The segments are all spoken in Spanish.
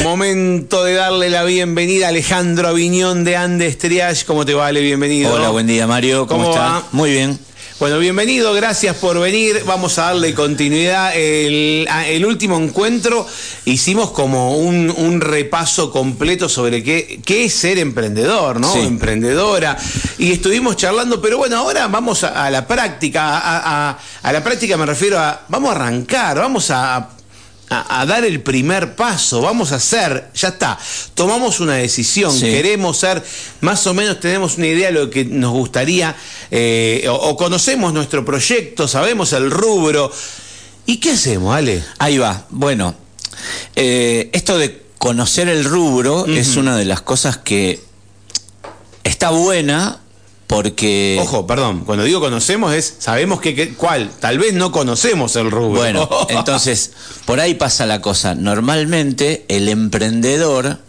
Momento de darle la bienvenida a Alejandro Aviñón de Andes Triage. ¿Cómo te va, Ale? Bienvenido. Hola, buen día, Mario. ¿Cómo estás? Muy bien. Bueno, bienvenido, gracias por venir. Vamos a darle continuidad. El último encuentro hicimos como un repaso completo sobre qué es ser emprendedor, ¿no? Sí. Emprendedora. Y estuvimos charlando, pero bueno, ahora vamos a la práctica. A la práctica me refiero a, vamos a arrancar, vamos a dar el primer paso, vamos a hacer, ya está, tomamos una decisión, sí. Queremos ser, más o menos tenemos una idea de lo que nos gustaría, o conocemos nuestro proyecto, sabemos el rubro. ¿Y qué hacemos, Ale? Ahí va, bueno, esto de conocer el rubro es una de las cosas que está buena. Porque... Ojo, perdón, cuando digo conocemos sabemos cuál, tal vez no conocemos el rubro. Bueno, entonces, por ahí pasa la cosa. Normalmente el emprendedor,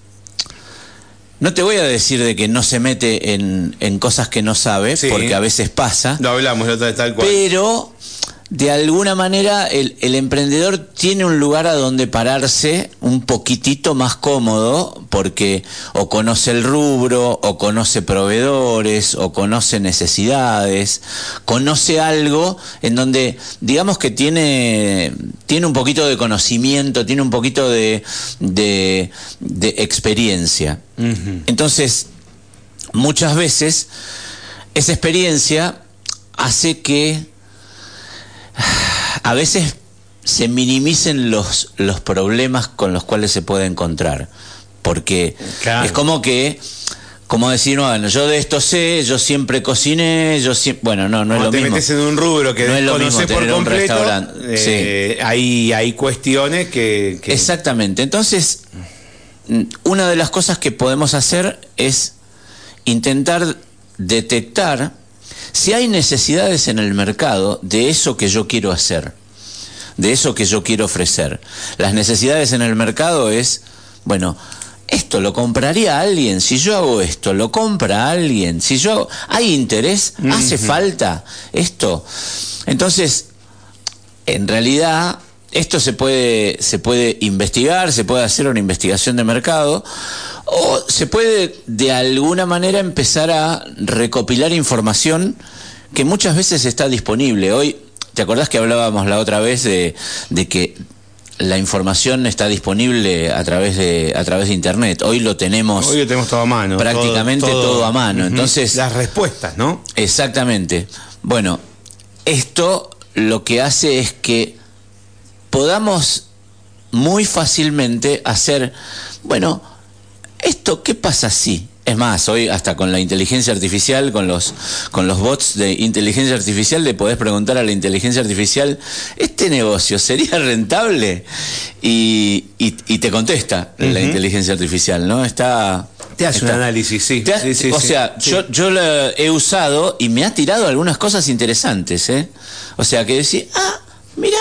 no te voy a decir de que no se mete en cosas que no sabe, sí, porque a veces pasa. Lo hablamos la otra vez tal cual. Pero... de alguna manera el emprendedor tiene un lugar a donde pararse un poquitito más cómodo, porque o conoce el rubro, o conoce proveedores, o conoce necesidades, conoce algo en donde digamos que tiene un poquito de conocimiento, tiene un poquito de experiencia. Entonces, muchas veces esa experiencia hace que a veces se minimicen los problemas con los cuales se puede encontrar, porque claro, es como decir, bueno, yo de esto sé, yo siempre cociné, bueno, no es lo mismo. Te metes en un rubro que no es lo mismo por completo, sí. hay cuestiones que... Exactamente. Entonces, una de las cosas que podemos hacer es intentar detectar si hay necesidades en el mercado de eso que yo quiero hacer, de eso que yo quiero ofrecer. Las necesidades en el mercado es, bueno, esto lo compraría alguien, si yo hago esto, lo compra alguien, si yo hay interés, hace falta esto. Entonces, en realidad, esto se puede investigar, se puede hacer una investigación de mercado, o se puede de alguna manera empezar a recopilar información que muchas veces está disponible. Hoy, ¿te acordás que hablábamos la otra vez de que la información está disponible a través de internet? Hoy lo tenemos todo a mano. Prácticamente todo a mano. Entonces, las respuestas, ¿no? Exactamente. Bueno, esto lo que hace es que podamos muy fácilmente hacer, bueno, ¿esto qué pasa si? Es más, hoy hasta con la inteligencia artificial, con los bots de inteligencia artificial, le podés preguntar a la inteligencia artificial, ¿este negocio sería rentable? Y te contesta la inteligencia artificial, ¿no? Te hace un análisis, sí. O sea, yo lo he usado y me ha tirado algunas cosas interesantes, ¿eh? O sea, que decís, mira,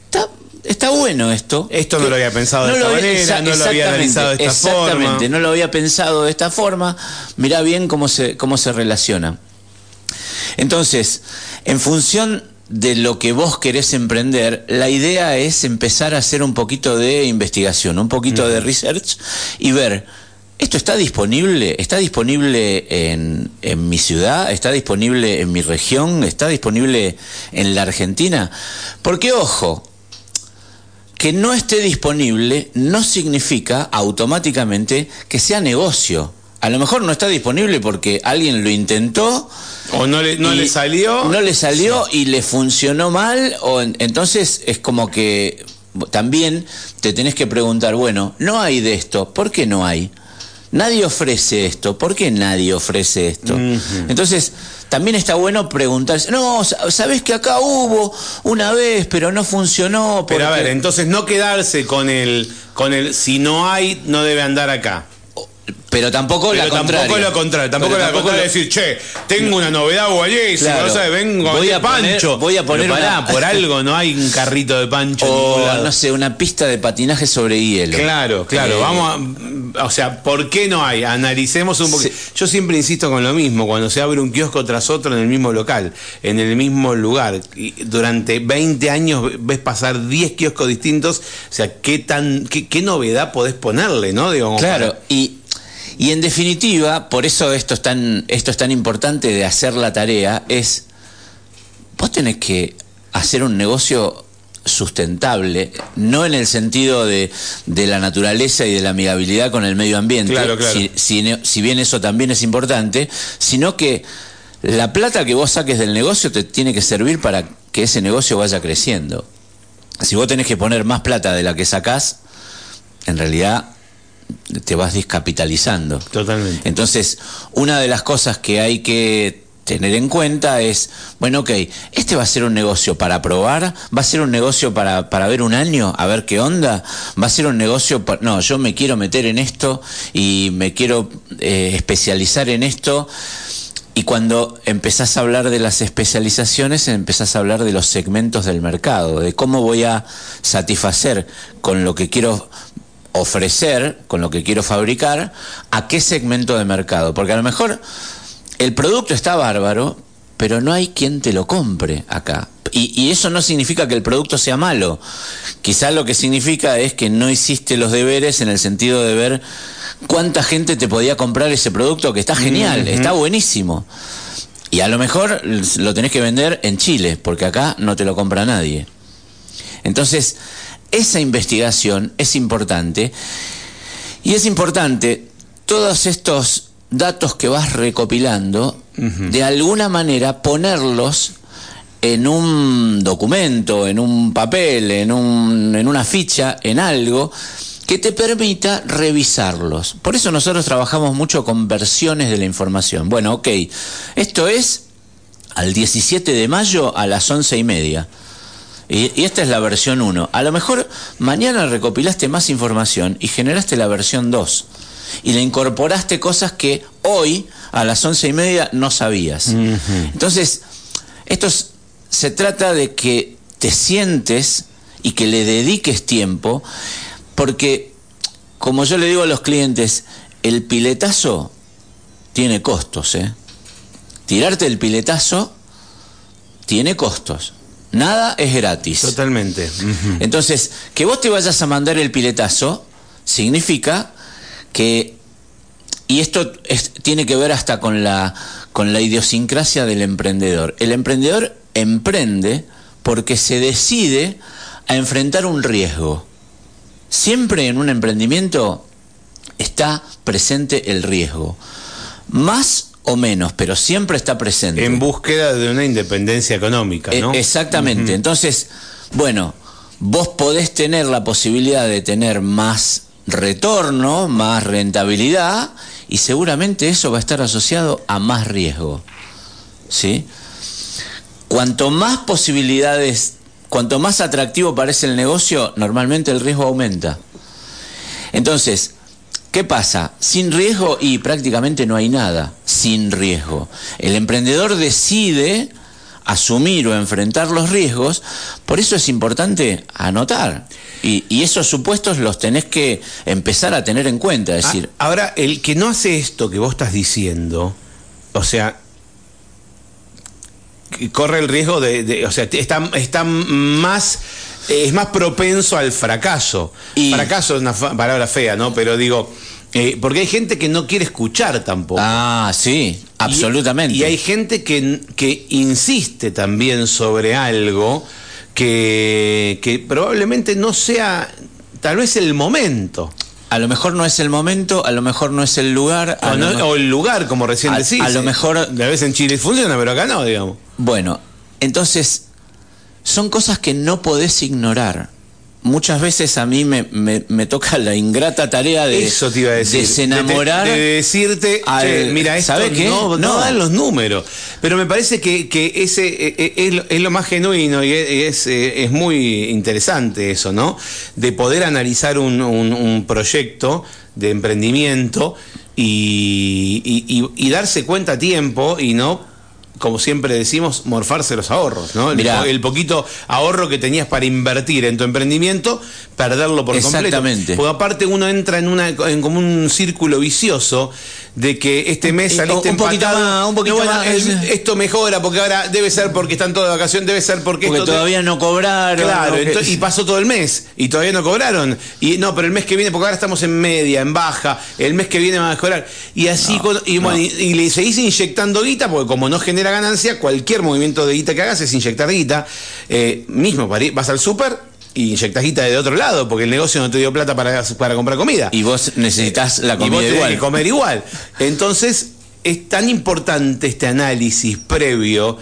está bueno esto. Esto no lo había pensado de esta manera, no lo había analizado de esta forma. Exactamente, no lo había pensado de esta forma. Mirá bien cómo se relaciona. Entonces, en función de lo que vos querés emprender, la idea es empezar a hacer un poquito de investigación, un poquito de research y ver, ¿esto está disponible? ¿Está disponible en mi ciudad? ¿Está disponible en mi región? ¿Está disponible en la Argentina? Porque, ojo, que no esté disponible no significa automáticamente que sea negocio. A lo mejor no está disponible porque alguien lo intentó o no le salió. No le salió, sí, y le funcionó mal, entonces es como que también te tenés que preguntar, bueno, no hay de esto, ¿por qué no hay? Nadie ofrece esto, ¿por qué nadie ofrece esto? Entonces, también está bueno preguntarse, no, sabés que acá hubo una vez, pero no funcionó. Pero a ver, entonces no quedarse con el si no hay, no debe andar acá. Pero tampoco la contraria. Tampoco la contraria. Decir, che, tengo una novedad guayesa, claro, no sabes, vengo voy a pancho. Voy a poner por algo no hay un carrito de pancho. O, no sé, una pista de patinaje sobre hielo. Claro, o sea, ¿por qué no hay? Analicemos un poquito. Sí. Yo siempre insisto con lo mismo, cuando se abre un kiosco tras otro en el mismo local, en el mismo lugar, y durante 20 años ves pasar 10 kioscos distintos, o sea, ¿qué novedad podés ponerle, no? Digo, claro, y en definitiva, por eso esto es tan importante de hacer la tarea, vos tenés que hacer un negocio sustentable, no en el sentido de la naturaleza y de la amigabilidad con el medio ambiente, claro. Si bien eso también es importante, sino que la plata que vos saques del negocio te tiene que servir para que ese negocio vaya creciendo. Si vos tenés que poner más plata de la que sacás, en realidad te vas descapitalizando. Totalmente. Entonces, una de las cosas que hay que tener en cuenta es, bueno, ok, este va a ser un negocio para probar, va a ser un negocio para ver un año, a ver qué onda, va a ser un negocio no, yo me quiero meter en esto y me quiero especializar en esto. Y cuando empezás a hablar de las especializaciones, empezás a hablar de los segmentos del mercado, de cómo voy a satisfacer con lo que quiero ofrecer, con lo que quiero fabricar, a qué segmento de mercado. Porque a lo mejor el producto está bárbaro, pero no hay quien te lo compre acá. Y eso no significa que el producto sea malo. Quizás lo que significa es que no hiciste los deberes en el sentido de ver cuánta gente te podía comprar ese producto, que está genial, está buenísimo. Y a lo mejor lo tenés que vender en Chile, porque acá no te lo compra nadie. Entonces, esa investigación es importante, y es importante todos estos datos que vas recopilando, de alguna manera ponerlos en un documento, en un papel, en una ficha, en algo que te permita revisarlos. Por eso nosotros trabajamos mucho con versiones de la información. Bueno, ok, esto es al 17 de mayo a las 11:30. Y esta es la versión 1. A lo mejor mañana recopilaste más información y generaste la versión 2. Y le incorporaste cosas que hoy a las 11:30 no sabías. Entonces, se trata de que te sientes y que le dediques tiempo, porque, como yo le digo a los clientes, el piletazo tiene costos, ¿eh? Tirarte el piletazo tiene costos. Nada es gratis. Totalmente. Entonces, que vos te vayas a mandar el piletazo significa que, y esto tiene que ver hasta con la idiosincrasia del emprendedor. El emprendedor emprende porque se decide a enfrentar un riesgo. Siempre en un emprendimiento está presente el riesgo. Más o menos, pero siempre está presente. En búsqueda de una independencia económica, ¿no? Exactamente. Entonces, bueno, vos podés tener la posibilidad de tener más retorno, más rentabilidad, y seguramente eso va a estar asociado a más riesgo, ¿sí? Cuanto más posibilidades, cuanto más atractivo parece el negocio, normalmente el riesgo aumenta. Entonces, ¿qué pasa? Sin riesgo, y prácticamente no hay nada sin riesgo. El emprendedor decide asumir o enfrentar los riesgos, por eso es importante anotar. Y esos supuestos los tenés que empezar a tener en cuenta. Es decir, ahora, el que no hace esto que vos estás diciendo, o sea, corre el riesgo o sea, está más... es más propenso al fracaso. Fracaso es una palabra fea, ¿no? Pero digo, porque hay gente que no quiere escuchar tampoco. Ah, sí, absolutamente. Y hay gente que insiste también sobre algo que probablemente no sea, tal vez, el momento. A lo mejor no es el momento, a lo mejor no es el lugar. O el lugar, como recién decís. A lo mejor... A veces en Chile funciona, pero acá no, digamos. Bueno, entonces... son cosas que no podés ignorar. Muchas veces a mí me toca la ingrata tarea de eso te iba a decir, desenamorar, de decirte, mira, esto no dan los números. Pero me parece que ese es lo más genuino, y es muy interesante eso, ¿no? De poder analizar un proyecto de emprendimiento y darse cuenta a tiempo y no, como siempre decimos, morfarse los ahorros, ¿no? El poquito ahorro que tenías para invertir en tu emprendimiento, perderlo por completo. Exactamente. Porque aparte uno entra en como un círculo vicioso de que este mes saliste empatado. Un poquito más. Esto mejora porque ahora debe ser porque están todos de vacaciones, debe ser porque esto todavía no cobraron. Claro, y pasó todo el mes y todavía no cobraron. Y no, pero el mes que viene, porque ahora estamos en media, en baja, el mes que viene va a mejorar. Y así, y le seguís inyectando guita, porque como no genera ganancia, cualquier movimiento de guita que hagas es inyectar guita. Mismo, vas al súper y inyectas guita de otro lado, porque el negocio no te dio plata para comprar comida. Y vos necesitas la comida y vos igual. tenés que comer igual. Entonces, es tan importante este análisis previo,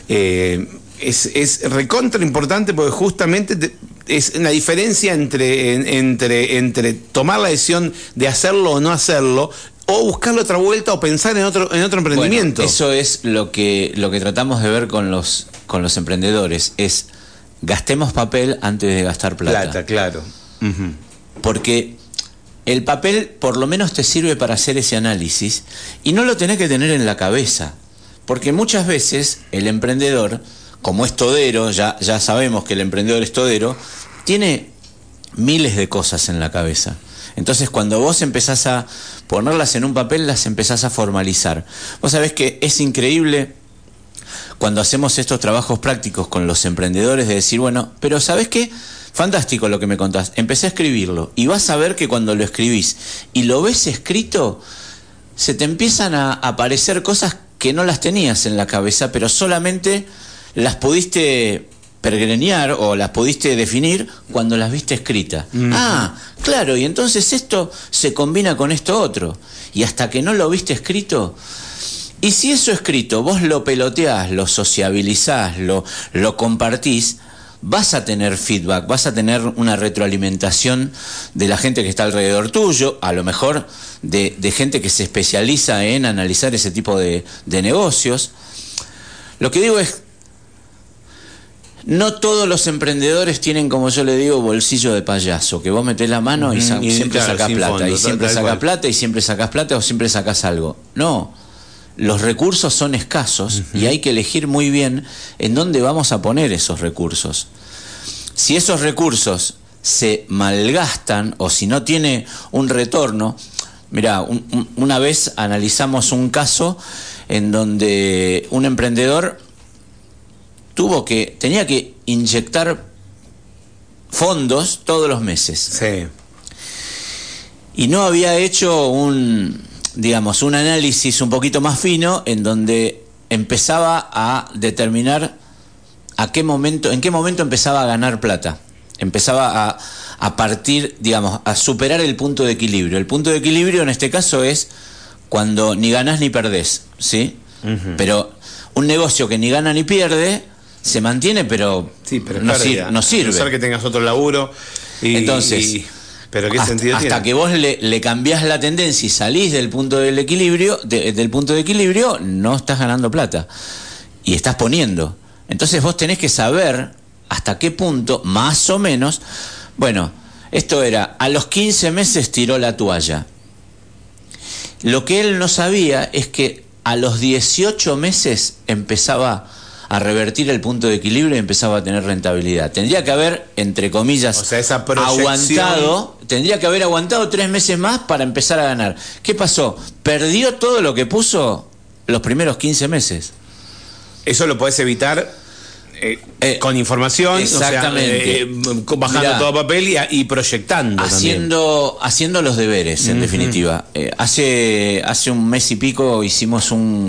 es recontra importante porque justamente es la diferencia entre tomar la decisión de hacerlo o no hacerlo, o buscarle otra vuelta o pensar en otro emprendimiento. Bueno, eso es lo que tratamos de ver con los emprendedores, es gastemos papel antes de gastar plata. Plata, claro. Uh-huh. Porque el papel por lo menos te sirve para hacer ese análisis y no lo tenés que tener en la cabeza. Porque muchas veces el emprendedor, como es todero, ya sabemos que el emprendedor es todero, tiene miles de cosas en la cabeza. Entonces cuando vos empezás a ponerlas en un papel, las empezás a formalizar. Vos sabés que es increíble cuando hacemos estos trabajos prácticos con los emprendedores de decir, bueno, pero ¿sabés qué? Fantástico lo que me contás. Empecé a escribirlo y vas a ver que cuando lo escribís y lo ves escrito, se te empiezan a aparecer cosas que no las tenías en la cabeza, pero solamente las pudiste pergreñar o las pudiste definir cuando las viste escritas. Ah, claro, y entonces esto se combina con esto otro. Y hasta que no lo viste escrito, y si eso escrito vos lo peloteás, lo sociabilizás, lo compartís, vas a tener feedback, vas a tener una retroalimentación de la gente que está alrededor tuyo, a lo mejor de gente que se especializa en analizar ese tipo de negocios. Lo que digo es, no todos los emprendedores tienen, como yo le digo, bolsillo de payaso, que vos metés la mano y siempre sacás plata, fondo, y siempre sacás plata, y siempre sacás plata, o siempre sacás algo. No, los recursos son escasos y hay que elegir muy bien en dónde vamos a poner esos recursos. Si esos recursos se malgastan o si no tiene un retorno, mirá, una vez analizamos un caso en donde un emprendedor tenía que inyectar fondos todos los meses. Sí. Y no había hecho un análisis un poquito más fino en donde empezaba a determinar en qué momento empezaba a ganar plata. Empezaba a partir, a superar el punto de equilibrio. El punto de equilibrio en este caso es cuando ni ganás ni perdés, ¿sí? Uh-huh. Pero un negocio que ni gana ni pierde se mantiene, pero no sirve. A pesar que tengas otro laburo. Entonces, ¿pero qué sentido tiene? Hasta que vos le cambiás la tendencia y salís del punto del equilibrio, del punto de equilibrio, no estás ganando plata. Y estás poniendo. Entonces vos tenés que saber hasta qué punto, más o menos, bueno, esto era, a los 15 meses tiró la toalla. Lo que él no sabía es que a los 18 meses empezaba a revertir el punto de equilibrio y empezaba a tener rentabilidad. Tendría que haber, entre comillas, esa proyección... tendría que haber aguantado 3 meses más para empezar a ganar. ¿Qué pasó? Perdió todo lo que puso los primeros 15 meses. Eso lo podés evitar con información, exactamente. Bajando todo papel y proyectando. Haciendo los deberes, en definitiva. Hace un mes y pico hicimos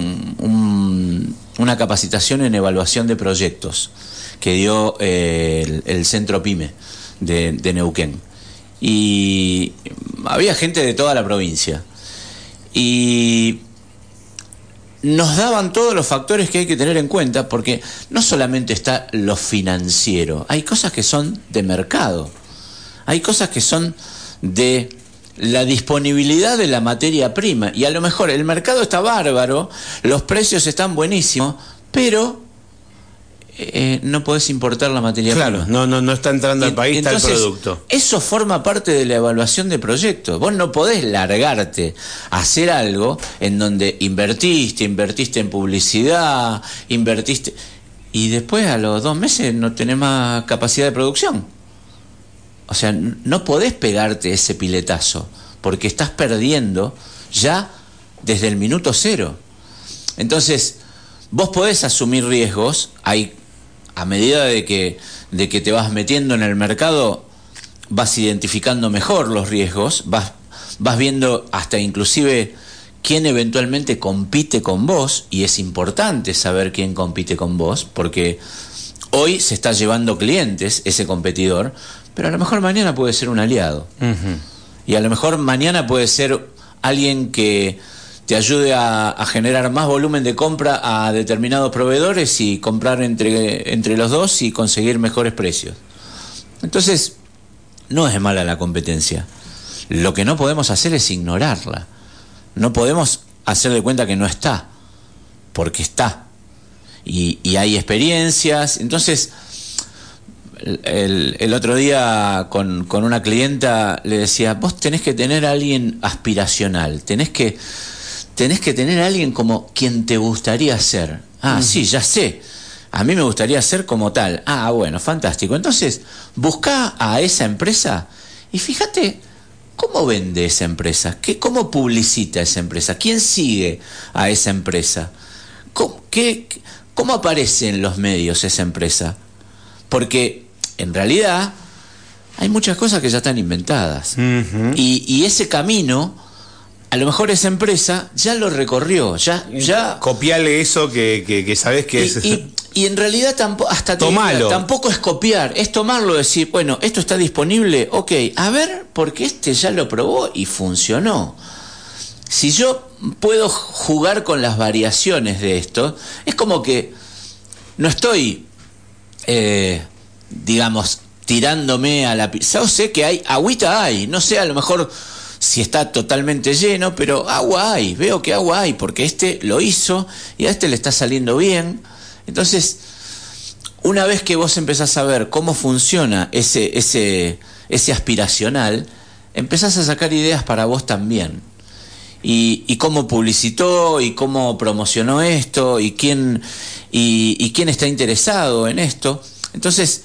una capacitación en evaluación de proyectos que dio el Centro PYME de Neuquén. Y había gente de toda la provincia. Y nos daban todos los factores que hay que tener en cuenta, porque no solamente está lo financiero, hay cosas que son de mercado, hay cosas que son de la disponibilidad de la materia prima, y a lo mejor el mercado está bárbaro, los precios están buenísimos, pero no podés importar la materia prima. Claro, no está entrando al país tal producto. Eso forma parte de la evaluación de proyectos. Vos no podés largarte a hacer algo en donde invertiste en publicidad, y después a los 2 meses no tenés más capacidad de producción. O sea, no podés pegarte ese piletazo, porque estás perdiendo ya desde el minuto 0. Entonces, vos podés asumir riesgos. A medida de que te vas metiendo en el mercado, vas identificando mejor los riesgos, vas viendo hasta inclusive quién eventualmente compite con vos, y es importante saber quién compite con vos, porque hoy se está llevando clientes ese competidor, pero a lo mejor mañana puede ser un aliado. Uh-huh. Y a lo mejor mañana puede ser alguien que te ayude a generar más volumen de compra a determinados proveedores y comprar entre los dos y conseguir mejores precios. Entonces, no es mala la competencia. Lo que no podemos hacer es ignorarla. No podemos hacer de cuenta que no está, porque está. Y hay experiencias. Entonces, el otro día con una clienta le decía, vos tenés que tener a alguien aspiracional, tenés que tener a alguien como quien te gustaría ser. Sí, ya sé. A mí me gustaría ser como tal. Bueno, fantástico. Entonces, buscá a esa empresa y fíjate cómo vende esa empresa, cómo publicita esa empresa, quién sigue a esa empresa, cómo aparece en los medios esa empresa. Porque, en realidad, hay muchas cosas que ya están inventadas. Uh-huh. Y ese camino, a lo mejor esa empresa ya lo recorrió, ya copiale eso que sabés que es. Y en realidad tampoco es copiar, es tomarlo y decir, bueno, esto está disponible, ok, a ver, porque este ya lo probó y funcionó. Si yo puedo jugar con las variaciones de esto, es como que no estoy, digamos, tirándome a la piscina. Yo sé que agüita hay, no sé, a lo mejor si está totalmente lleno, pero agua hay, veo que agua hay, porque este lo hizo y a este le está saliendo bien. Entonces, una vez que vos empezás a ver cómo funciona ese aspiracional, empezás a sacar ideas para vos también. Y cómo publicitó, y cómo promocionó esto, y quién está interesado en esto. Entonces,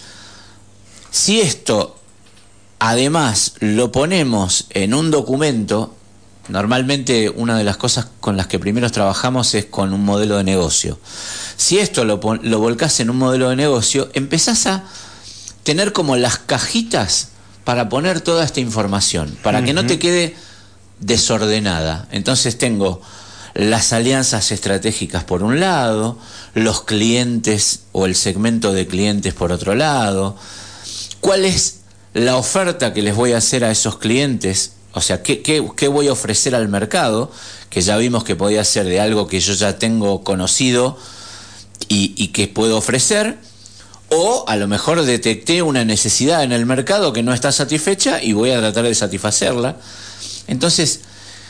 si esto además lo ponemos en un documento, normalmente una de las cosas con las que primero trabajamos es con un modelo de negocio. Si esto lo volcás en un modelo de negocio, empezás a tener como las cajitas para poner toda esta información, para que no te quede desordenada. Entonces tengo las alianzas estratégicas por un lado, los clientes o el segmento de clientes por otro lado, cuál es la oferta que les voy a hacer a esos clientes. O sea, ¿qué voy a ofrecer al mercado? Que ya vimos que podía ser de algo que yo ya tengo conocido y que puedo ofrecer. O a lo mejor detecté una necesidad en el mercado que no está satisfecha y voy a tratar de satisfacerla. Entonces,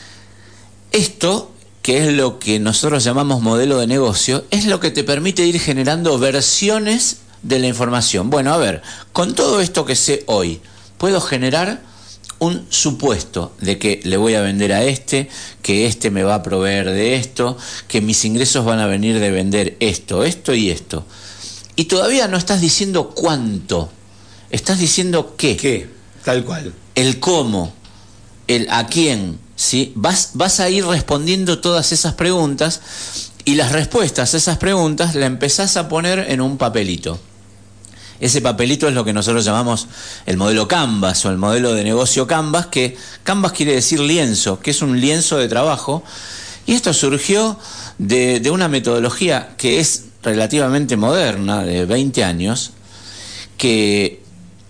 esto, que es lo que nosotros llamamos modelo de negocio, es lo que te permite ir generando versiones de la información. Bueno, a ver, con todo esto que sé hoy, puedo generar un supuesto de que le voy a vender a que este me va a proveer de esto, que mis ingresos van a venir de vender esto y esto. Y todavía no estás diciendo cuánto, estás diciendo qué. ¿Qué? Tal cual. El cómo, el a quién, ¿sí? Vas a ir respondiendo todas esas preguntas, y las respuestas a esas preguntas las empezás a poner en un papelito. Ese papelito es lo que nosotros llamamos el modelo Canvas o el modelo de negocio Canvas, que Canvas quiere decir lienzo, que es un lienzo de trabajo, y esto surgió de una metodología que es relativamente moderna, de 20 años, que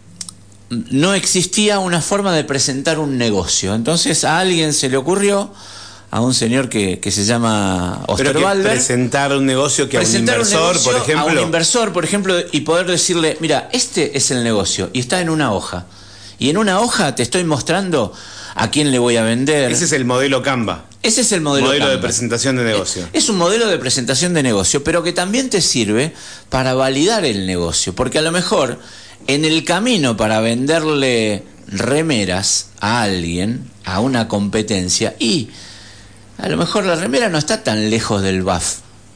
no existía una forma de presentar un negocio. Entonces a alguien se le ocurrió, a un señor que se llama Osterwalder, presentar un negocio que presentar a un inversor, por ejemplo. A un inversor, por ejemplo, y poder decirle, mira, este es el negocio y está en una hoja. Y en una hoja te estoy mostrando a quién le voy a vender. Ese es el modelo Canva. Ese es el modelo de Kanban. presentación de negocio. Es un modelo de presentación de negocio, pero que también te sirve para validar el negocio. Porque a lo mejor en el camino para venderle remeras a alguien, a una competencia, y a lo mejor la remera no está tan lejos del buff,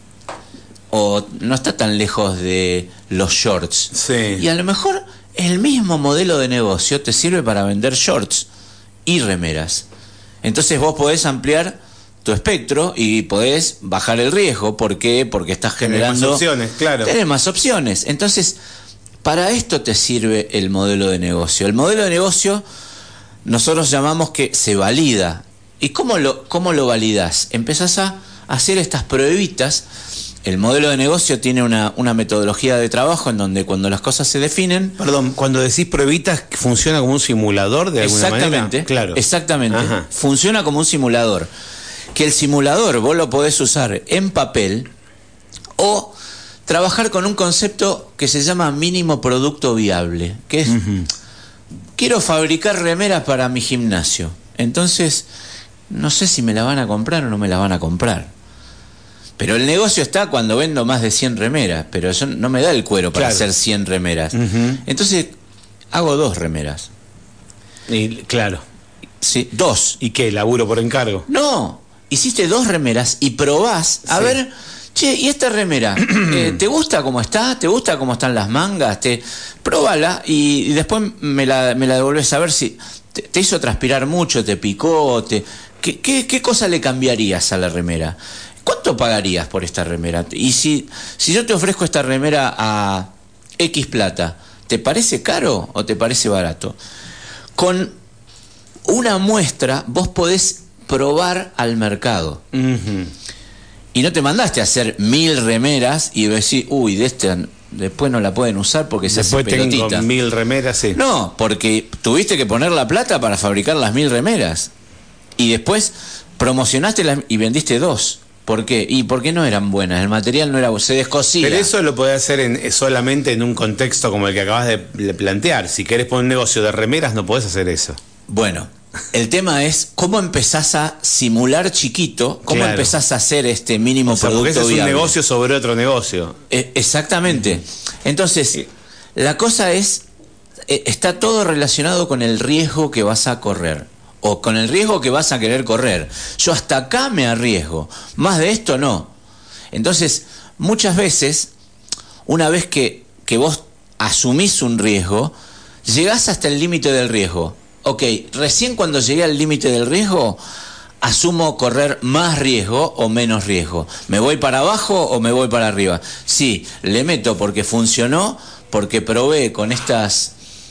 o no está tan lejos de los shorts. Sí. Y a lo mejor el mismo modelo de negocio te sirve para vender shorts y remeras. Entonces vos podés ampliar tu espectro y podés bajar el riesgo. ¿Por qué? Porque estás generando... Tenés más opciones, claro. Tenés más opciones. Entonces, para esto te sirve el modelo de negocio. El modelo de negocio nosotros llamamos que se valida. ¿Y cómo lo validás? Empezás a hacer estas pruebitas. El modelo de negocio tiene una metodología de trabajo en donde cuando las cosas se definen... Perdón, cuando decís pruebitas, ¿funciona como un simulador de alguna manera? Exactamente, Claro. Exactamente. Ajá. Funciona como un simulador. Que el simulador vos lo podés usar en papel o trabajar con un concepto que se llama mínimo producto viable, que es, quiero fabricar remeras para mi gimnasio. Entonces, no sé si me la van a comprar o no me la van a comprar. Pero el negocio está cuando vendo más de 100 remeras, pero eso no me da el cuero para hacer 100 remeras. Entonces, hago 2 remeras. Y, claro. Sí, 2. ¿Y qué? ¿Laburo por encargo? No, hiciste 2 remeras y probás a ver, che, ¿y esta remera? ¿Te gusta cómo está? ¿Te gusta cómo están las mangas? Próbala y después me la devolvés a ver si te hizo transpirar mucho, te picó, ¿qué cosa le cambiarías a la remera? ¿Cuánto pagarías por esta remera? Y si yo te ofrezco esta remera a X plata, ¿te parece caro o te parece barato? Con una muestra vos podés probar al mercado. Y no te mandaste a hacer 1000 remeras y decís, uy, de esta después no la pueden usar porque se hace pelotita. Después tengo 1000 remeras, sí. No, porque tuviste que poner la plata para fabricar las 1000 remeras. Y después promocionaste y vendiste 2. ¿Por qué? Y porque no eran buenas, el material no era bueno, se descosía. Pero eso lo podés hacer solamente en un contexto como el que acabas de plantear. Si querés poner un negocio de remeras, no podés hacer eso. Bueno, el tema es cómo empezás a simular chiquito, cómo empezás a hacer este mínimo producto porque ese es viable. un negocio sobre otro negocio. Exactamente. Entonces, la cosa es, está todo relacionado con el riesgo que vas a correr. O con el riesgo que vas a querer correr. Yo hasta acá me arriesgo, más de esto no. Entonces, muchas veces, una vez que vos asumís un riesgo, llegás hasta el límite del riesgo. Ok, recién cuando llegué al límite del riesgo, asumo correr más riesgo o menos riesgo. ¿Me voy para abajo o me voy para arriba? Sí, le meto porque funcionó, porque probé con estas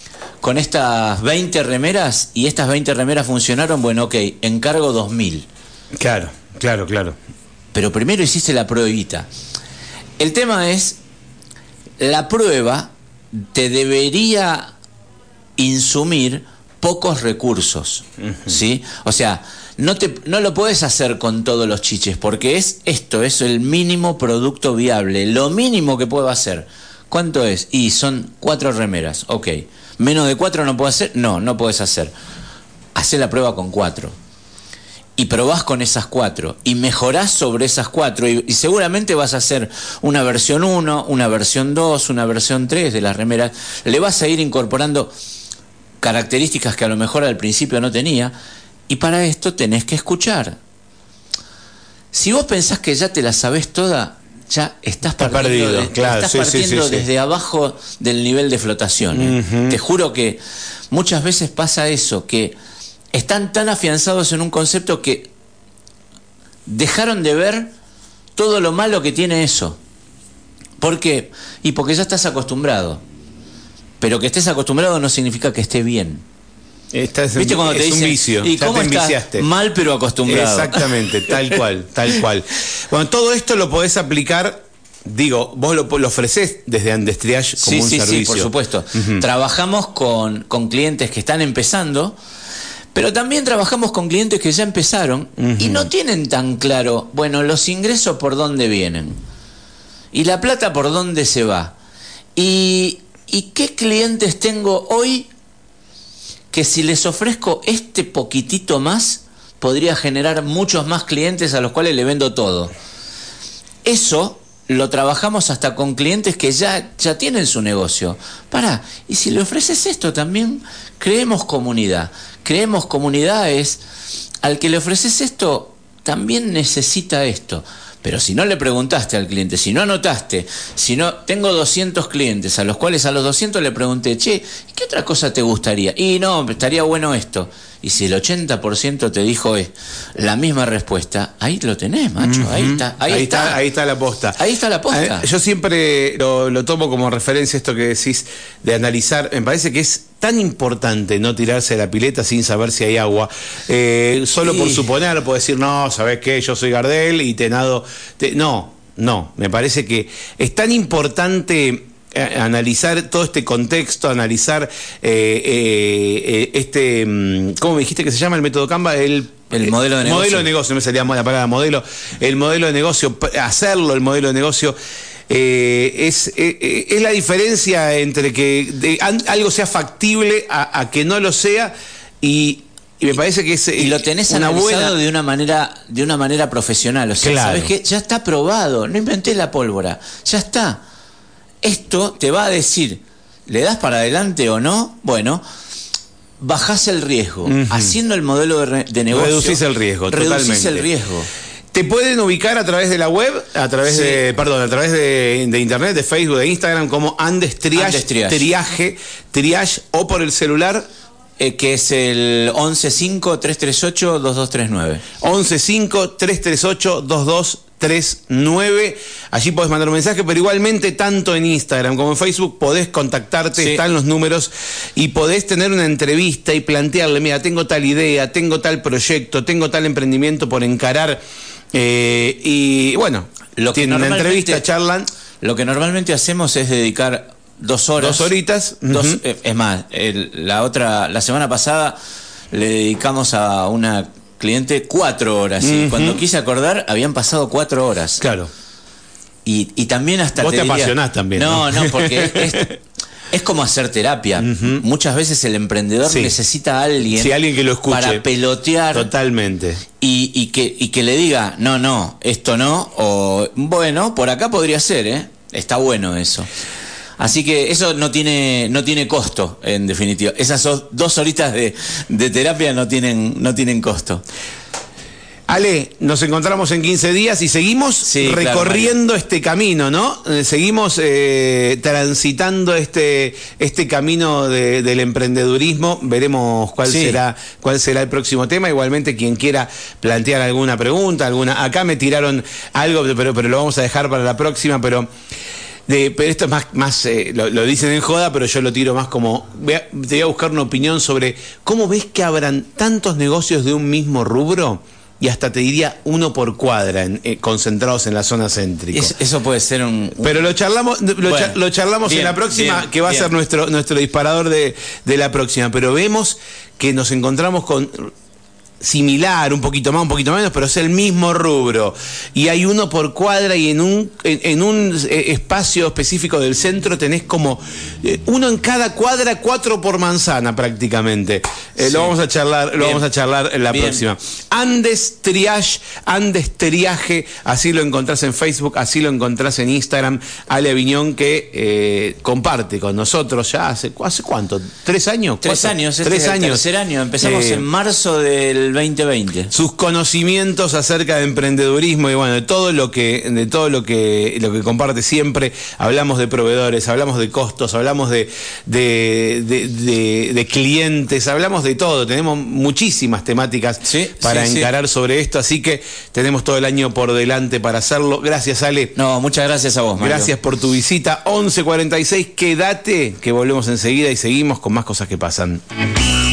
20 remeras y estas 20 remeras funcionaron, bueno, ok, encargo 2000. Claro. Pero primero hiciste la pruebita. El tema es, la prueba te debería insumir pocos recursos, ¿sí? O sea, no lo puedes hacer con todos los chiches, porque es el mínimo producto viable, lo mínimo que puedo hacer. ¿Cuánto es? Y son 4 remeras, ok. ¿Menos de 4 no puedo hacer? No puedes hacer. Hacé la prueba con 4. Y probás con esas 4. Y mejorás sobre esas 4. Y seguramente vas a hacer una versión 1, una versión 2, una versión 3 de las remeras. Le vas a ir incorporando características que a lo mejor al principio no tenía. Y para esto tenés que escuchar. Si vos pensás que ya te la sabés toda, ya estás partiendo desde abajo del nivel de flotación. Te juro que muchas veces pasa eso, que están tan afianzados en un concepto que dejaron de ver todo lo malo que tiene eso. ¿Por qué? Y porque ya estás acostumbrado. Pero que estés acostumbrado no significa que esté bien. ¿Viste cuando te dicen, un vicio? ¿y cómo estás? Mal pero acostumbrado. Exactamente, tal cual. Bueno, todo esto lo podés aplicar, digo, vos lo ofrecés desde Andestriage como un servicio. Sí, por supuesto. Trabajamos con clientes que están empezando, pero también trabajamos con clientes que ya empezaron y no tienen tan claro, bueno, los ingresos por dónde vienen y la plata por dónde se va. ¿Y qué clientes tengo hoy que si les ofrezco este poquitito más, podría generar muchos más clientes a los cuales le vendo todo. Eso lo trabajamos hasta con clientes que ya tienen su negocio. Y si le ofreces esto también, creemos comunidad. Creemos comunidad es, al que le ofreces esto, también necesita esto. Pero si no le preguntaste al cliente, si no anotaste, tengo 200 clientes, a los cuales a los 200 le pregunté, che, ¿qué otra cosa te gustaría? Y no, estaría bueno esto. Y si el 80% te dijo la misma respuesta, ahí lo tenés, macho, ahí está la posta. Ahí está la posta. Yo siempre lo tomo como referencia esto que decís de analizar. Me parece que es tan importante no tirarse a la pileta sin saber si hay agua. Solo por suponer, puedo decir, no, ¿sabés qué? Yo soy Gardel y te nado. No, me parece que es tan importante analizar todo este contexto, analizar ¿cómo me dijiste que se llama el método Canva? El modelo de negocio. Modelo de negocio, me salía la palabra modelo. El modelo de negocio, hacerlo, el modelo de negocio. Es la diferencia entre que algo sea factible a que no lo sea, y me parece que es y lo tenés analizado de una manera profesional. O sea, claro. ¿Sabes qué? Ya está probado, no inventé la pólvora, ya está. Esto te va a decir, ¿le das para adelante o no? Bueno, bajás el riesgo. Haciendo el modelo de negocio, reducís el riesgo, totalmente. El riesgo. Te pueden ubicar a través de la web, a través de internet, de Facebook, de Instagram, como Andes Triage, o por el celular. Que es el 115-338-2239. 115-338-2239. Allí podés mandar un mensaje, pero igualmente tanto en Instagram como en Facebook podés contactarte, están los números, y podés tener una entrevista y plantearle, mira, tengo tal idea, tengo tal proyecto, tengo tal emprendimiento por encarar, y bueno, tienen una entrevista, charlan. Lo que normalmente hacemos es dedicar 2 horas. 2 horitas. Es más, la semana pasada le dedicamos a una cliente 4 horas. Y cuando quise acordar, habían pasado 4 horas. Claro. Y también hasta vos te apasionás también. No, porque es como hacer terapia. Muchas veces el emprendedor necesita a alguien, alguien que lo escuche, para pelotear. Totalmente. Y que le diga, no, esto no, o bueno, por acá podría ser, está bueno eso. Así que eso no tiene costo, en definitiva. Esas 2 horitas de terapia no tienen costo. Ale, nos encontramos en 15 días y seguimos recorriendo este camino, ¿no? Seguimos transitando este camino del emprendedurismo. Veremos cuál será el próximo tema. Igualmente, quien quiera plantear alguna pregunta, acá me tiraron algo, pero lo vamos a dejar para la próxima, pero esto es más lo dicen en joda, pero yo lo tiro más como, te voy a buscar una opinión sobre cómo ves que abran tantos negocios de un mismo rubro, y hasta te diría uno por cuadra, concentrados en la zona céntrica. Eso puede ser pero lo charlamos bien, en la próxima, que va a ser nuestro disparador de la próxima. Pero vemos que nos encontramos con similar, un poquito más, un poquito menos, pero es el mismo rubro, y hay uno por cuadra, y en un espacio específico del centro tenés como uno en cada cuadra, 4 por manzana prácticamente. Lo vamos a charlar en la próxima. Andes Triage, así lo encontrás en Facebook, así lo encontrás en Instagram. Ale Aviñón, que comparte con nosotros ya hace ¿cuánto? ¿3 años? 3 años, 3 años. Tercer año, empezamos en marzo del 2020. Sus conocimientos acerca de emprendedurismo, y bueno, de todo lo que comparte siempre. Hablamos de proveedores, hablamos de costos, hablamos de clientes, hablamos de todo. Tenemos muchísimas temáticas para encarar sobre esto, así que tenemos todo el año por delante para hacerlo. Gracias, Ale. No, muchas gracias a vos, Mario. Gracias por tu visita. 11:46, quédate, que volvemos enseguida y seguimos con más cosas que pasan.